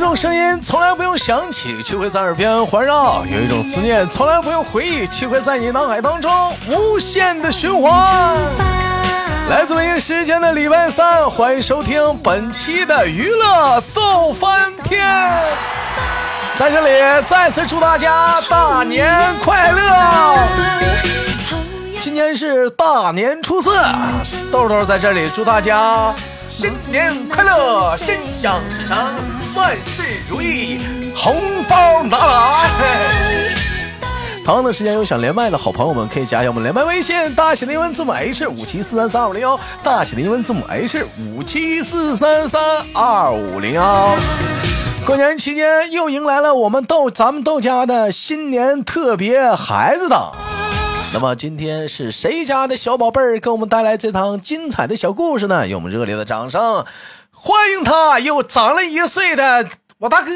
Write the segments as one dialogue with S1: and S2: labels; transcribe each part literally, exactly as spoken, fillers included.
S1: 种声音从来不用想起，却会在耳边环绕；有一种思念从来不用回忆，却会在你脑海当中无限的循环。来自北京时间的礼拜三，欢迎收听本期的娱乐逗翻天。在这里再次祝大家大年快乐！今天是大年初四，豆豆在这里祝大家新年快乐，心想事成，万事如意，红包拿来！同样的时间，有想连麦的好朋友们可以加一下我们连麦微信，大写的英文字母 H 五七四三三二五零幺，大写的英文字母 H 五七四三三二五零幺。过年期间又迎来了我们豆咱们豆家的新年特别孩子档。那么今天是谁家的小宝贝儿给我们带来这趟精彩的小故事呢？用我们热烈的掌声欢迎他又长了一岁的我大哥。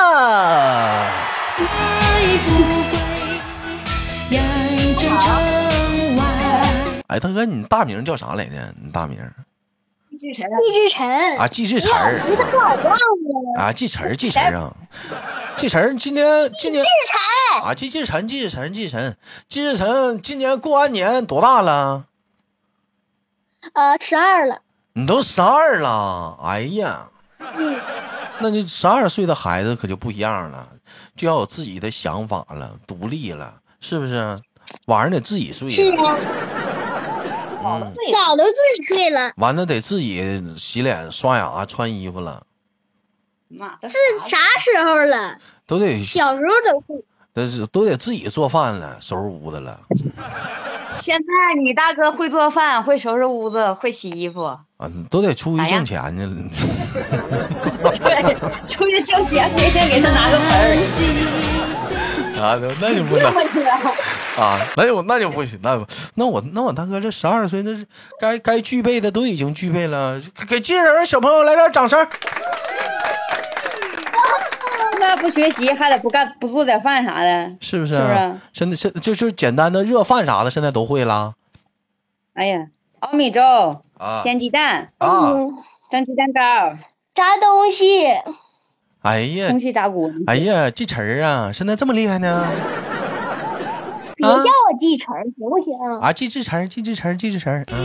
S1: 哎，大哥，你大名叫啥来着？你大名？
S2: 季志晨
S1: 啊，季志晨啊，季晨季晨啊，季晨今年今年啊，季志晨季志晨季志晨季志晨今年过完年多大了？
S2: 呃，十二了。
S1: 你都十二了，哎呀，
S2: 嗯，
S1: 那你十二岁的孩子可就不一样了，就要有自己的想法了，独立了，是不是？晚上得自己睡了。
S2: 是啊。嗯，早都自己睡了，
S1: 完了得自己洗脸刷牙穿衣服了。
S2: 是啥时候了？
S1: 都得
S2: 小时候都会，
S1: 都是都得自己做饭了，收拾屋子了。
S3: 现在你大哥会做饭，会收拾屋子，会洗衣服啊，
S1: 都得出去挣钱去了。
S3: 对，出去挣钱，每天给他拿个盆儿。
S1: 啊，那就不能啊，那就那就不行，那那我那我大哥这十二岁，那是该该具备的都已经具备了，给记人小朋友来点掌声。
S3: 那不学习还得不干不做点饭啥的，
S1: 是不是？
S3: 是不是？
S1: 现在现就是简单的热饭啥的，现在都会了。
S3: 哎呀，熬米粥
S1: 啊，
S3: 煎鸡蛋
S1: 啊，
S3: 蒸鸡蛋糕，
S2: 炸东西。
S1: 哎呀，
S3: 空气炸锅！
S1: 哎呀，季晨啊，现在这么厉害呢？
S2: 别叫我季晨，行不行？
S1: 啊，季志晨，季志晨，季志晨。嗯。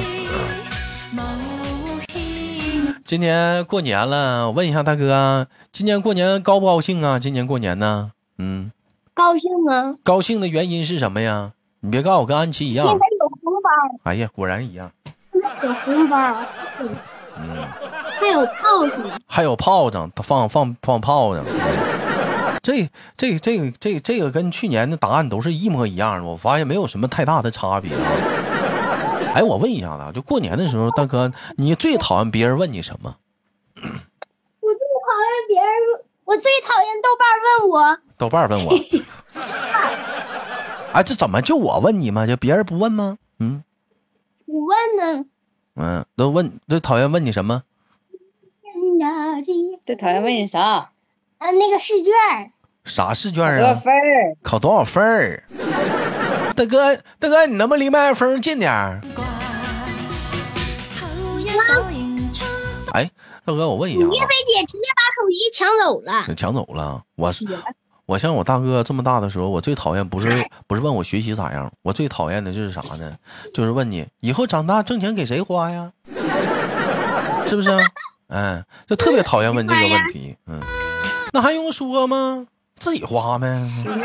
S1: 今年过年了，我问一下大哥，今年过年高不高兴啊？今年过年呢？嗯，
S2: 高兴啊！
S1: 高兴的原因是什么呀？你别告诉我跟安琪一样。
S2: 因为有红包。
S1: 哎呀，果然一样。
S2: 有红包。
S1: 嗯。
S2: 还有炮仗，
S1: 还有炮仗，他放放放炮仗。这这这个这这个跟去年的答案都是一模一样的，我发现没有什么太大的差别。哎，我问一下子，就过年的时候，大哥，你最讨厌别人问你什么？
S2: 我最讨厌别人，我最讨厌豆瓣问我。
S1: 豆瓣问我。哎，这怎么就我问你吗？就别人不问吗？嗯。
S2: 不问呢。
S1: 嗯，都问，都讨厌问你什么？
S3: 最讨厌问你啥？啊，
S2: 那个试卷。
S1: 啥试卷啊？
S3: 多少分儿？
S1: 考多少分儿？大哥，大哥，你能不能离麦克风近点儿？哎，大哥，我问一下，
S2: 岳飞姐直接把手机抢走了。
S1: 抢走了，我我像我大哥这么大的时候，我最讨厌不是不是问我学习咋样，我最讨厌的就是啥呢？就是问你以后长大挣钱给谁花呀？是不是？嗯，就特别讨厌问这个问题。嗯，那还用说吗？自己花呗。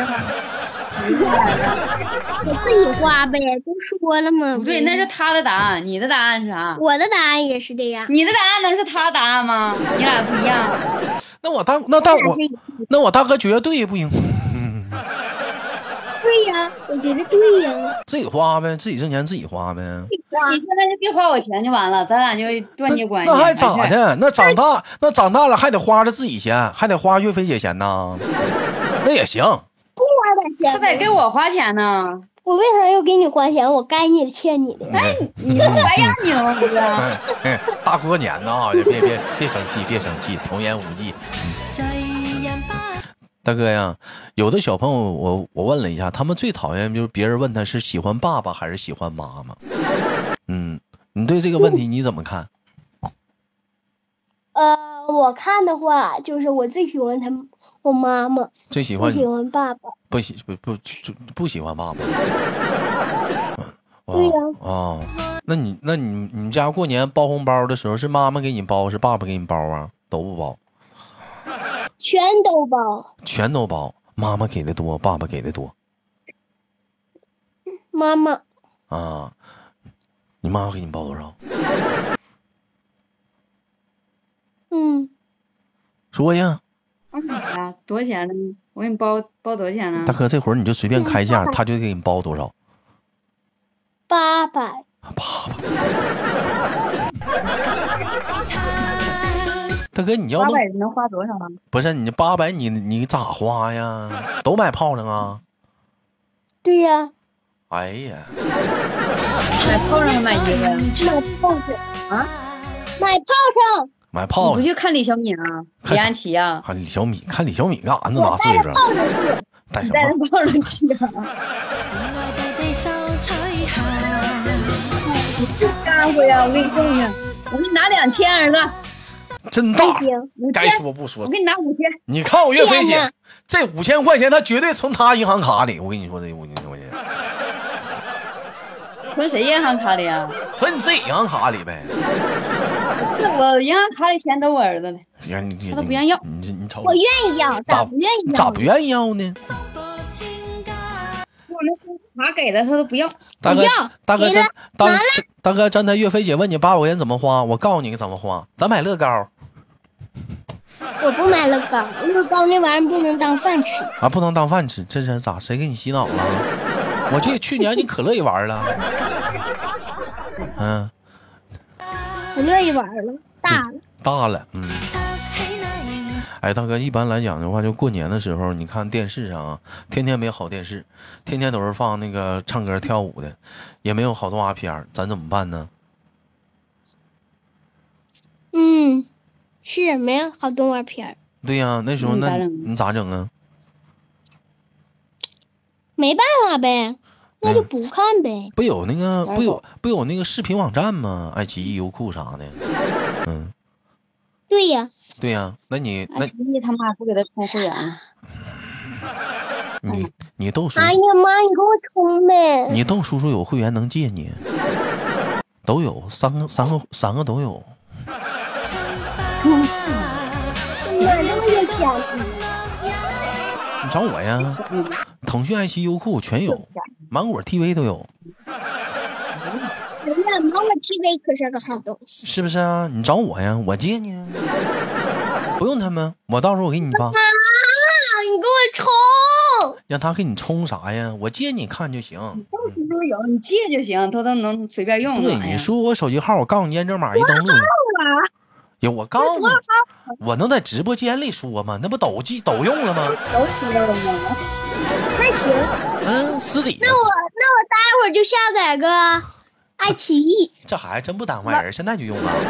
S2: 我自己花呗，都说了吗？
S3: 不对，那是他的答案，你的答案是啥？
S2: 我的答案也是这样。
S3: 你的答案能是他的答案吗？你俩不一样。
S1: 那我大那大我那我大哥绝对不行。嗯，
S2: 对呀，我觉得对呀。
S1: 自己花呗，自己挣钱自己花呗。
S3: 你现在就别花我钱就完了，咱俩就断绝关系。
S1: 那还咋的？那长大那长大了还得花着自己钱，还得花岳飞姐钱呢。那也行。
S2: 不花点钱，
S3: 他得给我花钱呢。
S2: 我为啥要给你花钱？我该你的欠你的。
S3: 哎，你这白养你了吗？不是、
S1: 哎哎。大过年的啊，别别别生气，别生气，童言无忌。嗯、大哥呀，有的小朋友我我问了一下，他们最讨厌就是别人问他是喜欢爸爸还是喜欢妈妈。嗯，你对这个问题你怎么看？
S2: 呃。 我看的话，就是我最喜欢他，我妈妈
S1: 最喜欢
S2: 不喜欢爸爸，
S1: 不喜不不不不喜欢爸爸。
S2: 对呀、
S1: 啊。哦，那你那你你们家过年包红包的时候是妈妈给你包，是爸爸给你包啊？都不包？
S2: 全都包。
S1: 全都包。妈妈给的多，爸爸给的多。
S2: 妈妈
S1: 啊，你妈妈给你包多少？
S2: 嗯，
S1: 说呀。
S3: 啊，多少钱呢？我给你包包多少钱呢？
S1: 大哥，这会儿你就随便开价，他就给你包多少？
S2: 八百。
S1: 八百。大哥，你要
S3: 八百能花多少啊？
S1: 不是你八百，你你咋花呀？都买炮仗啊？
S2: 对呀、啊。
S1: 哎呀，
S3: 买炮仗还买衣服呀？
S2: 买炮仗
S3: 啊？
S2: 买炮仗。
S1: 买炮仗。
S3: 你不去看李小敏啊？李安琪啊？
S1: 看李小米，看李小米干啥？那大岁数。带什么？
S3: 带着炮仗去啊？你这干活呀！我给你种去，我给你拿两千，儿子。
S1: 真大，该说不说。
S3: 我给你拿五千。
S1: 你看我岳飞姐，这五千块钱他绝对从他银行卡里。我跟你说，这五千块钱
S3: 从谁银行卡里啊？
S1: 从你自己银行卡里呗。
S3: 我银行卡里钱都我儿子的，
S1: 他
S3: 都不愿意要。
S1: 你你瞅，
S2: 我愿意要，咋不愿意要？
S1: 咋不愿意要呢？
S3: 我那卡给的他都不要。
S1: 大哥，大哥，真大哥，大哥，刚才岳飞姐问你八百块钱怎么花，我告诉你怎么花，咱买乐高。
S2: 我不买乐高，乐高那玩意儿不能当饭吃
S1: 啊，不能当饭吃，这是咋？谁给你洗脑了？我记得去年你可乐意玩了。嗯，
S2: 可乐意玩了，大了，
S1: 大了，嗯。哎，大哥，一般来讲的话，就过年的时候，你看电视上啊，天天没好电视，天天都是放那个唱歌跳舞的，也没有好动画片，咱怎么办呢？
S2: 嗯，是没有好动画片。
S1: 对呀、啊，那时候那你咋整啊？
S2: 没办法呗，那就不看呗。
S1: 嗯、不有那个不有不有那个视频网站吗？爱奇艺、优酷啥的。嗯，
S2: 对呀。
S1: 对呀、啊，那你那
S3: 他妈不给他充会员，
S1: 你你豆叔，
S2: 哎呀妈，你给我充呗！
S1: 你豆叔叔有会员能借你，都有三个三个三个都有。
S2: 嗯，哪那么有钱？
S1: 你找我呀，腾讯、爱奇艺、优酷全有，芒果 T V 都有。
S2: 人家芒果 T V 可是个好东西，
S1: 是不是啊？你找我呀，我借你。不用他们，我到时候我给你发。
S2: 啊！你给我充，
S1: 让他给你充啥呀？我借你看就行。
S3: 你到处都有，你借就行，他都能随便用。
S1: 对，你输我手机号，我告诉你验证码一登录。呀，我告诉你，我能在直播间里说吗？那不都记都用了吗？
S3: 都知道了吗？
S2: 那行。
S1: 嗯，私底下。
S2: 那我那我待会儿就下载个爱奇艺。
S1: 这孩子真不耽误人，现在就用啊。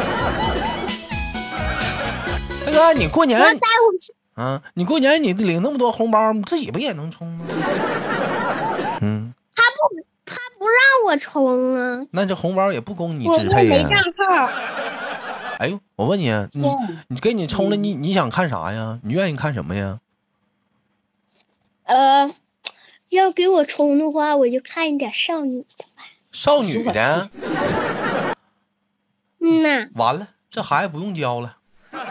S1: 大哥，你过年，
S2: 我待会儿
S1: 嗯，你过年你领那么多红包，你自己不也能充吗？嗯，
S2: 他不，他不让我充啊。
S1: 那这红包也不供你
S2: 我
S1: 支配呀、
S2: 没账号。
S1: 哎呦，我问你，你你给你充了，你你想看啥呀？你愿意看什么呀？
S2: 呃，要给我充的话，我就看一点少女的吧。
S1: 少女的？
S2: 嗯呐。
S1: 完了，这孩子不用教了。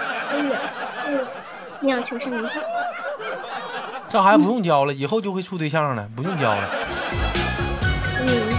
S2: 你想求什么教？
S1: 这孩子不用教了，以后就会处对象了，不用教了。
S2: 嗯。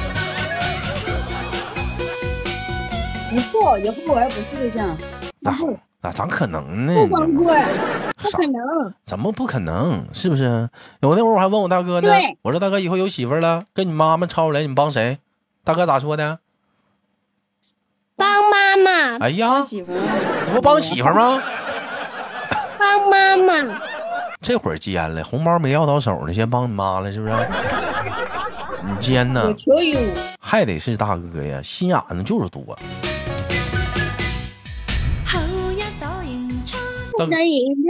S3: 不错，以后我还不处对象。
S1: 那那咋可能呢？
S3: 不光棍，不可能。
S1: 怎么不可能？是不是？有那会儿我还问我大哥呢，我说大哥以后有媳妇了，跟你妈妈吵起来，你帮谁？大哥咋说的？
S2: 帮妈妈。
S1: 哎呀，
S3: 媳妇，
S1: 你不帮媳妇吗？
S2: 帮妈妈。
S1: 这会儿尖了，红包没要到手呢，先帮你妈了，是不是？你尖呢？还得是大哥呀，心眼子就是多。大哥，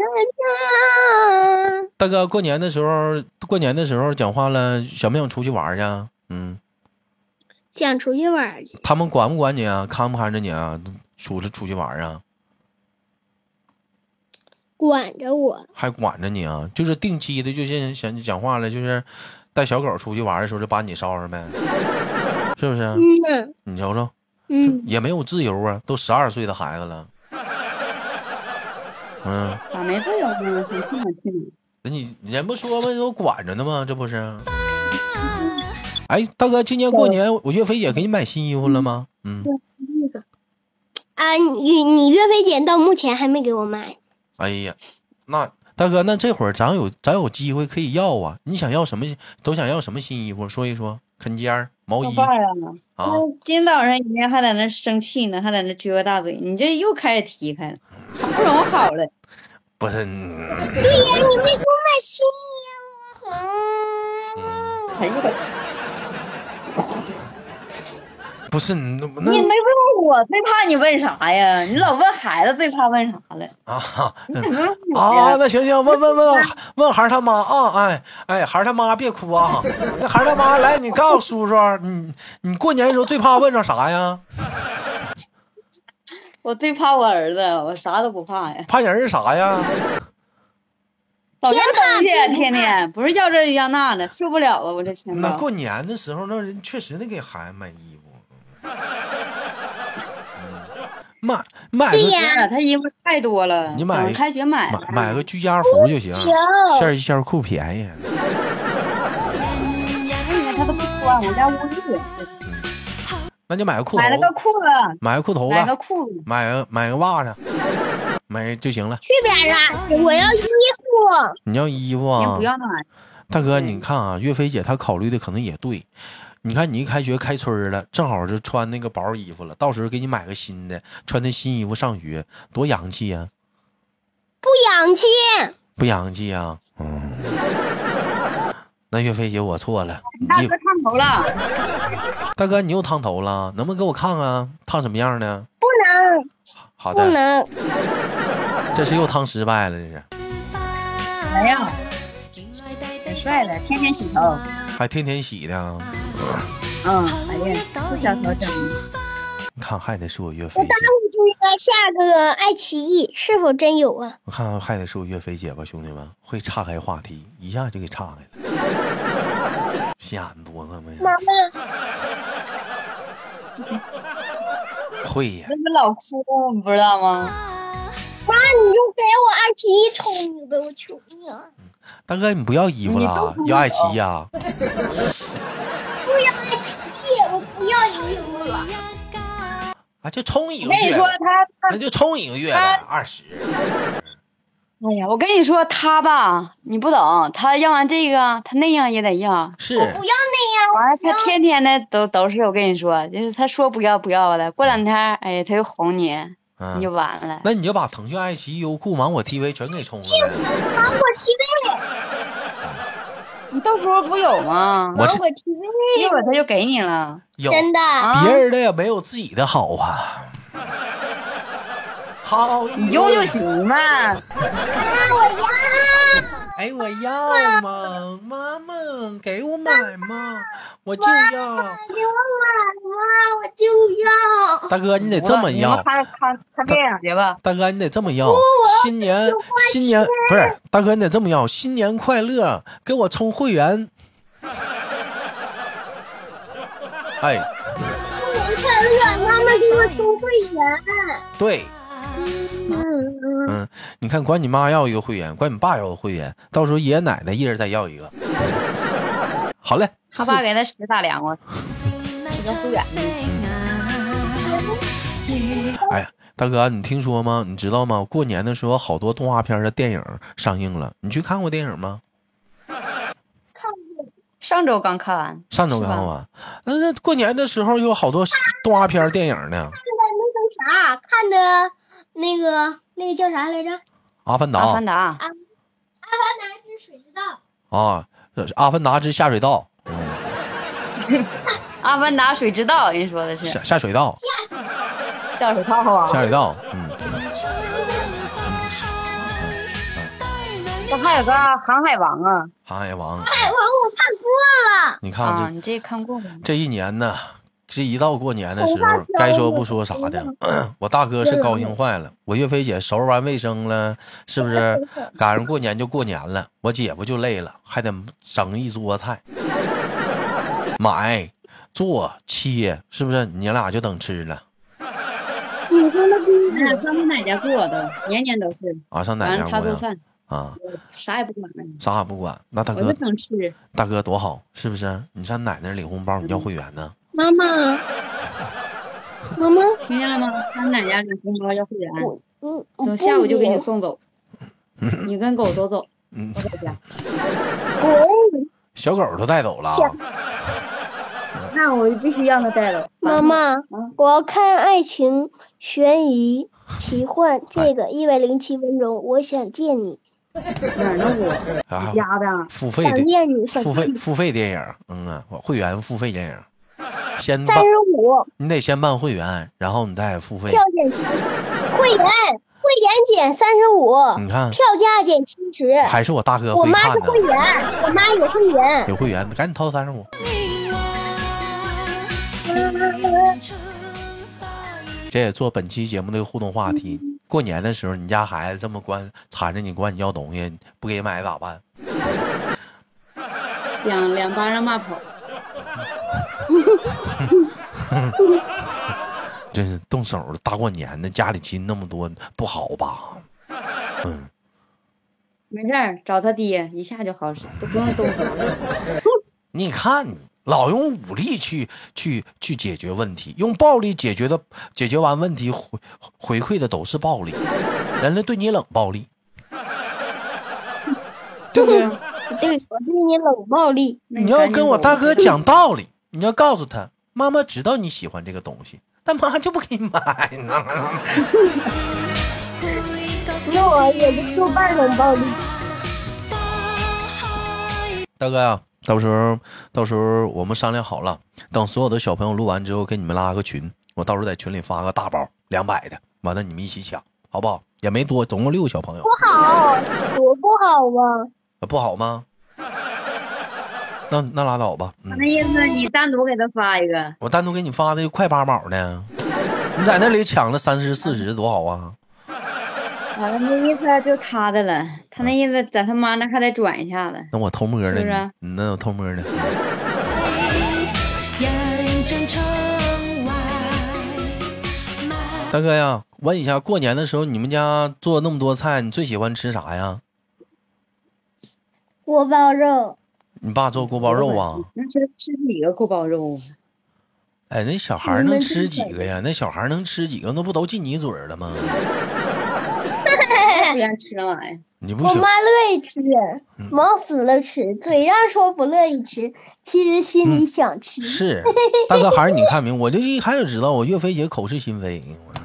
S1: 大哥，过年的时候，过年的时候讲话了，想不想出去玩去？嗯，
S2: 想出去玩去。
S1: 他们管不管你啊？看不看着你啊？出去出去玩啊？
S2: 管着我，
S1: 还管着你啊？就是定期的，就像想讲话了，就是带小狗出去玩的时候就把你捎上呗，是不是？
S2: 嗯呢，
S1: 你瞅瞅，
S2: 嗯，
S1: 也没有自由啊，都十二岁的孩子了。嗯，
S3: 咋没自由呢？想去哪去哪。
S1: 那你人不说吗？都管着呢吗？这不是？哎，大哥，今年过年我岳飞姐给你买新衣服了吗？嗯。
S2: 那个啊，你你岳飞姐到目前还没给我买。
S1: 哎呀，那大哥，那这会儿咱有咱有机会可以要啊！你想要什么？都想要什么新衣服？说一说，坎肩儿、毛衣
S3: 我爸呀，
S1: 啊。
S3: 今早上人家还在那生气呢，还在那撅个大嘴，你这又开始提开了，好不容易好了。
S1: 不是，
S2: 对呀，你没给我买新衣服。嗯。
S3: 哎呦我。
S1: 不是你那
S3: 你没问我，最怕你问啥呀？你老问孩子，最怕问啥了？
S1: 啊
S3: 你怎么问我
S1: 啊！
S3: 呀？
S1: 那行行，问问问问孩儿他妈啊！哎哎，孩儿他妈别哭啊！那孩儿他妈来，你告诉叔叔，你你过年的时候最怕问上啥呀？
S3: 我最怕我儿子，我啥都不怕呀。
S1: 怕人是啥呀？
S3: 找要东西，天天不是要这要那的，受不了啊！我这钱包。
S1: 那过年的时候，那人确实得给孩子买衣服。买买
S2: 对
S1: 个
S2: 呀，
S3: 他衣服太多了，
S1: 你买
S3: 等开学买
S1: 买买个居家服就行，线衣线裤便宜。
S3: 他都不穿，我家屋里。
S1: 那就买个裤头，
S3: 买了个裤子，
S1: 买个裤头子，
S3: 买个裤子，
S1: 买个买个袜子，买就行了。
S2: 去边啦！我要衣服。
S1: 你要衣服啊？
S3: 不要那玩意儿。
S1: 大哥，你看啊，岳飞姐她考虑的可能也对。你看，你一开学开春了，正好就穿那个薄衣服了，到时候给你买个新的，穿那新衣服上学，多洋气呀！
S2: 不洋气，
S1: 不洋气呀？嗯。那岳飞姐，我错了。
S3: 大哥烫头了。
S1: 大哥，你又烫头了，能不能给我看看烫什么样的？
S2: 不能。
S1: 好的。
S2: 不能。
S1: 这是又烫失败了，这是。
S3: 哎呀，可帅了，天天洗头。
S1: 还天天洗的。
S3: 嗯，哎呀，不小头整。
S1: 你看，还得是我岳飞。
S2: 我当时就应该下个爱奇艺，是否真有啊？
S1: 我看还得是我岳飞姐吧，兄弟们，会岔开话题，一下就给岔开了。心眼多可没？
S2: 妈妈，
S1: 会呀。
S3: 那不老哭，你不知道吗？
S2: 妈，你就给我爱奇艺充一个呗，我求你了。
S1: 大哥，你不要衣服了，要爱奇艺啊？
S2: 不要爱奇艺，我不要衣服了。
S1: 啊，就充一个月。
S3: 我跟你说他，
S1: 那就充一个月呗，二十。
S3: 哎呀，我跟你说他吧，你不懂，他要完这个，他那样也得要。
S1: 是。
S2: 我不要那样。
S3: 完了，他天天的都都是我跟你说，就是他说不要不要的，过两天，哎呀，他又哄你，
S1: 嗯、
S3: 你就完了。
S1: 那你就把腾讯、爱奇艺、优酷、芒果 T V 全给充了呗。
S2: 芒果 T V。
S3: 你到时候不有吗？
S2: 芒果 T V
S3: 一会儿他就给你了。
S1: 有。
S2: 真的。
S1: 别人的也没有自己的好啊。好，
S3: 你用就行嘛。
S2: 我要。
S1: 哎，我要嘛，妈妈给我买嘛，我就要。
S2: 给我买嘛，我就要。
S1: 大哥，你得这么要。
S3: 看看看电影去吧。
S1: 大哥，你得这么要。新年，新年不是大哥，你得这么要。新年快乐，给我充会员。哎。
S2: 新年快乐，妈妈给我充会员。
S1: 对。
S2: 嗯
S1: 嗯，你看，管你妈要一个会员，管你爸要个会员，到时候爷爷奶奶一人再要一个。好嘞，
S3: 他爸给他十大凉快，这个会员。
S1: 哎呀，大哥，你听说吗？你知道吗？过年的时候，好多动画片的电影上映了，你去看过电影吗？
S2: 看过，
S3: 上周刚看完。
S1: 上周刚看完。那这过年的时候有好多动画片电影呢。
S2: 看的那个啥，看的。那个那个叫啥来着？
S1: 阿凡达。
S3: 阿凡达。
S2: 阿阿凡达之水之道。
S1: 啊，阿凡达之下水道。
S3: 嗯、阿凡达水之道，人说的是
S1: 下下水道。
S3: 下水道啊。
S1: 下水道，嗯。
S3: 这还有个航海王啊。
S1: 航海王。
S2: 航海王我看过了。
S1: 你看这、
S3: 啊，你这看过吗？
S1: 这一年呢， 这一到过年的时候，该说不说啥的，我大哥是高兴坏了。我岳飞姐收拾完卫生了，是不是赶上过年就过年了？我姐夫就累了，还得整一桌菜，买、做、切，是不是？你俩就等吃了。
S2: 你说那不
S3: 俺俩上他奶家过的，年年都是
S1: 啊，上哪
S3: 完
S1: 家过呀？
S3: 了他做饭，
S1: 啊，
S3: 啥也不管了，
S1: 啥也不管。那大哥
S3: 我就，等吃。
S1: 大哥多好，是不是？你上奶奶领红包，你要会员呢？
S2: 妈妈，妈妈，
S3: 听见了吗？上奶家领红包要会员，
S2: 我嗯，
S3: 等下午就给你送走。你跟狗都走，
S1: 嗯，
S3: 我在家。
S2: 滚！
S1: 小狗都带走了。
S3: 那我必须让他带走。
S2: 妈妈，我要看爱情、悬疑、奇幻这个一百零七分钟，我想见你。
S3: 哪儿呢我？
S1: 啊，
S3: 家的。
S2: 想
S1: 付费的
S2: 念你，想
S1: 付费
S2: 见你。
S1: 付费电影，嗯啊，会员付费电影，先办
S2: 三，十五
S1: 你得先办会员，然后你再付费。
S2: 票减七，会员会员减三十五，
S1: 你看
S2: 票价减七十。
S1: 还是我大哥
S2: 我妈
S1: 会看呢，
S2: 是会员，我妈有会员。
S1: 有会员，赶紧掏三十五。这也做本期节目的互动话题。过年的时候，你家孩子这么管缠着你，管你要东西，不给买咋办？
S3: 两两巴掌骂跑。
S1: 真是动手了，大过年的，家里亲那么多，不好吧？嗯，
S3: 没事儿，找他爹一下就好使，都不用动手。
S1: 你看你老用武力去去去解决问题，用暴力解决的，解决完问题回回馈的都是暴力，人家对你冷暴力，对不对？
S2: 对，我对你冷暴力。
S1: 你要跟我大哥讲道理，你要告诉他，妈妈知道你喜欢这个东西，但妈就不给你买呢。
S2: 那我也就做半冷暴力。
S1: 大哥呀、啊，到时候到时候我们商量好了，等所有的小朋友录完之后，给你们拉个群，我到时候在群里发个大包两百的，完了你们一起抢，好不好？也没多，总共六个小朋友。
S2: 不好，多不好吗？
S1: 不好吗？那那拉倒吧。嗯，
S3: 那意思你单独给他发一个，
S1: 我单独给你发的快八毛呢，你在那里抢了三十四十多好啊！
S3: 完了那意思就他的了，他那意思在他妈那还得转一下子。
S1: 那我偷摸的，
S3: 是不是啊
S1: 你那我偷摸的。大哥呀，问一下，过年的时候你们家做那么多菜，你最喜欢吃啥呀？
S2: 锅包肉。
S1: 你爸做锅包肉啊？
S3: 能吃吃几个锅包肉？
S1: 哎，那小孩能吃几个呀？那小孩能吃几个？那不都进你嘴了吗？
S3: 不愿吃那玩意儿。
S1: 你不喜
S2: 我妈乐意吃，忙死了吃，嘴上说不乐意吃，其实心里想吃。
S1: 嗯、是，大哥还是你看明，我就一开始知道我岳飞姐口是心非。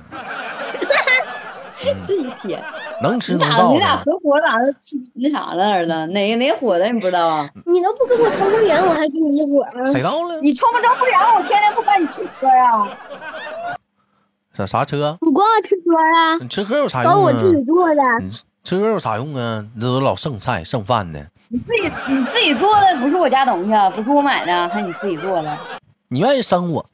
S3: 这一天
S1: 能吃能
S3: 咋
S1: 造
S3: 你俩合伙咋就吃那啥了，儿子？哪哪伙的你不知道啊？
S2: 你都不给我充会员，我还给你一伙呢。
S1: 谁到了？
S3: 你充不充会员？我天天不管你吃喝啊！
S1: 啥啥车？
S2: 你管我吃喝啊？
S1: 你吃喝有啥用啊？
S2: 把我自己做的。
S1: 你吃喝有啥用啊？你这都老剩菜剩饭的。
S3: 你自己你自己做的不是我家东西啊，不是我买的，还你自己做的。
S1: 你愿意生我？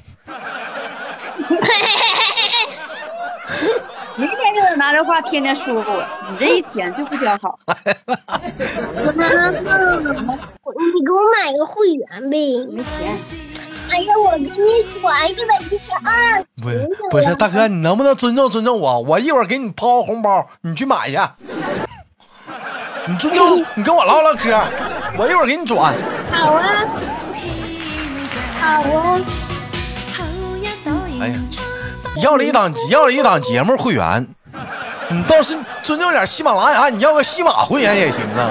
S3: 明天就得拿这话天天说我，你这一天就不教好。
S2: 我妈妈，你给我买个会员呗。
S3: 没钱。
S2: 哎呀，我给你转一百一十二。
S1: 不是不是，大哥，你能不能尊重尊重我？我一会儿给你抛红包，你去买去。你尊重，你跟我唠唠嗑，我一会儿给你转。
S2: 好啊，好啊。
S1: 哎呀，要了一档要了一档节目会员，你倒是尊重点喜马拉雅，你要个喜马会员也行啊。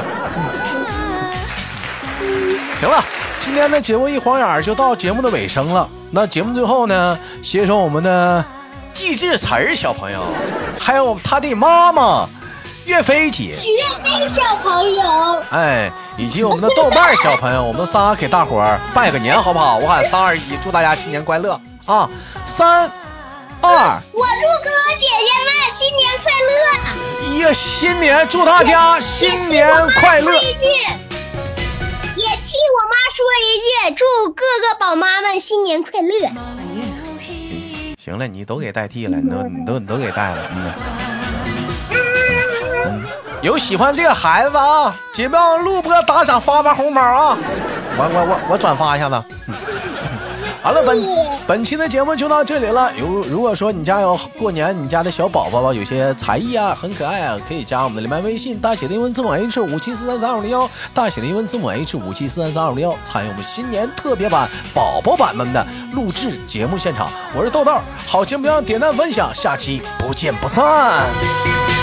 S1: 行了。今天的节目一晃眼就到节目的尾声了。那节目最后呢，携手我们的季志词儿小朋友，还有他的妈妈岳飞姐、
S2: 岳飞小朋友，
S1: 哎，以及我们的豆瓣小朋友，我们仨给大伙儿拜个年好不好？我喊三二一，祝大家新年快乐啊！三二，
S2: 我祝哥哥姐姐们新年快乐！
S1: 一个新年，祝大家新年快乐！
S2: 也替我妈说一句，祝各个宝妈们新年快乐。
S1: 行了，你都给代替了，你都你都你都给带了，嗯。嗯，有喜欢这个孩子啊，姐妹们录播打赏发发红包啊，我我我我转发一下子。嗯好了，本本期的节目就到这里了。有如果说你家有过年，你家的小宝宝有些才艺啊，很可爱啊，可以加我们的连麦微信，大写的英文字母 H 五七四三三二零幺，大写的英文字母 H 五七四三三二零幺，参与我们新年特别版宝宝版们的录制节目现场。我是豆豆，好节目要点赞分享，下期不见不散。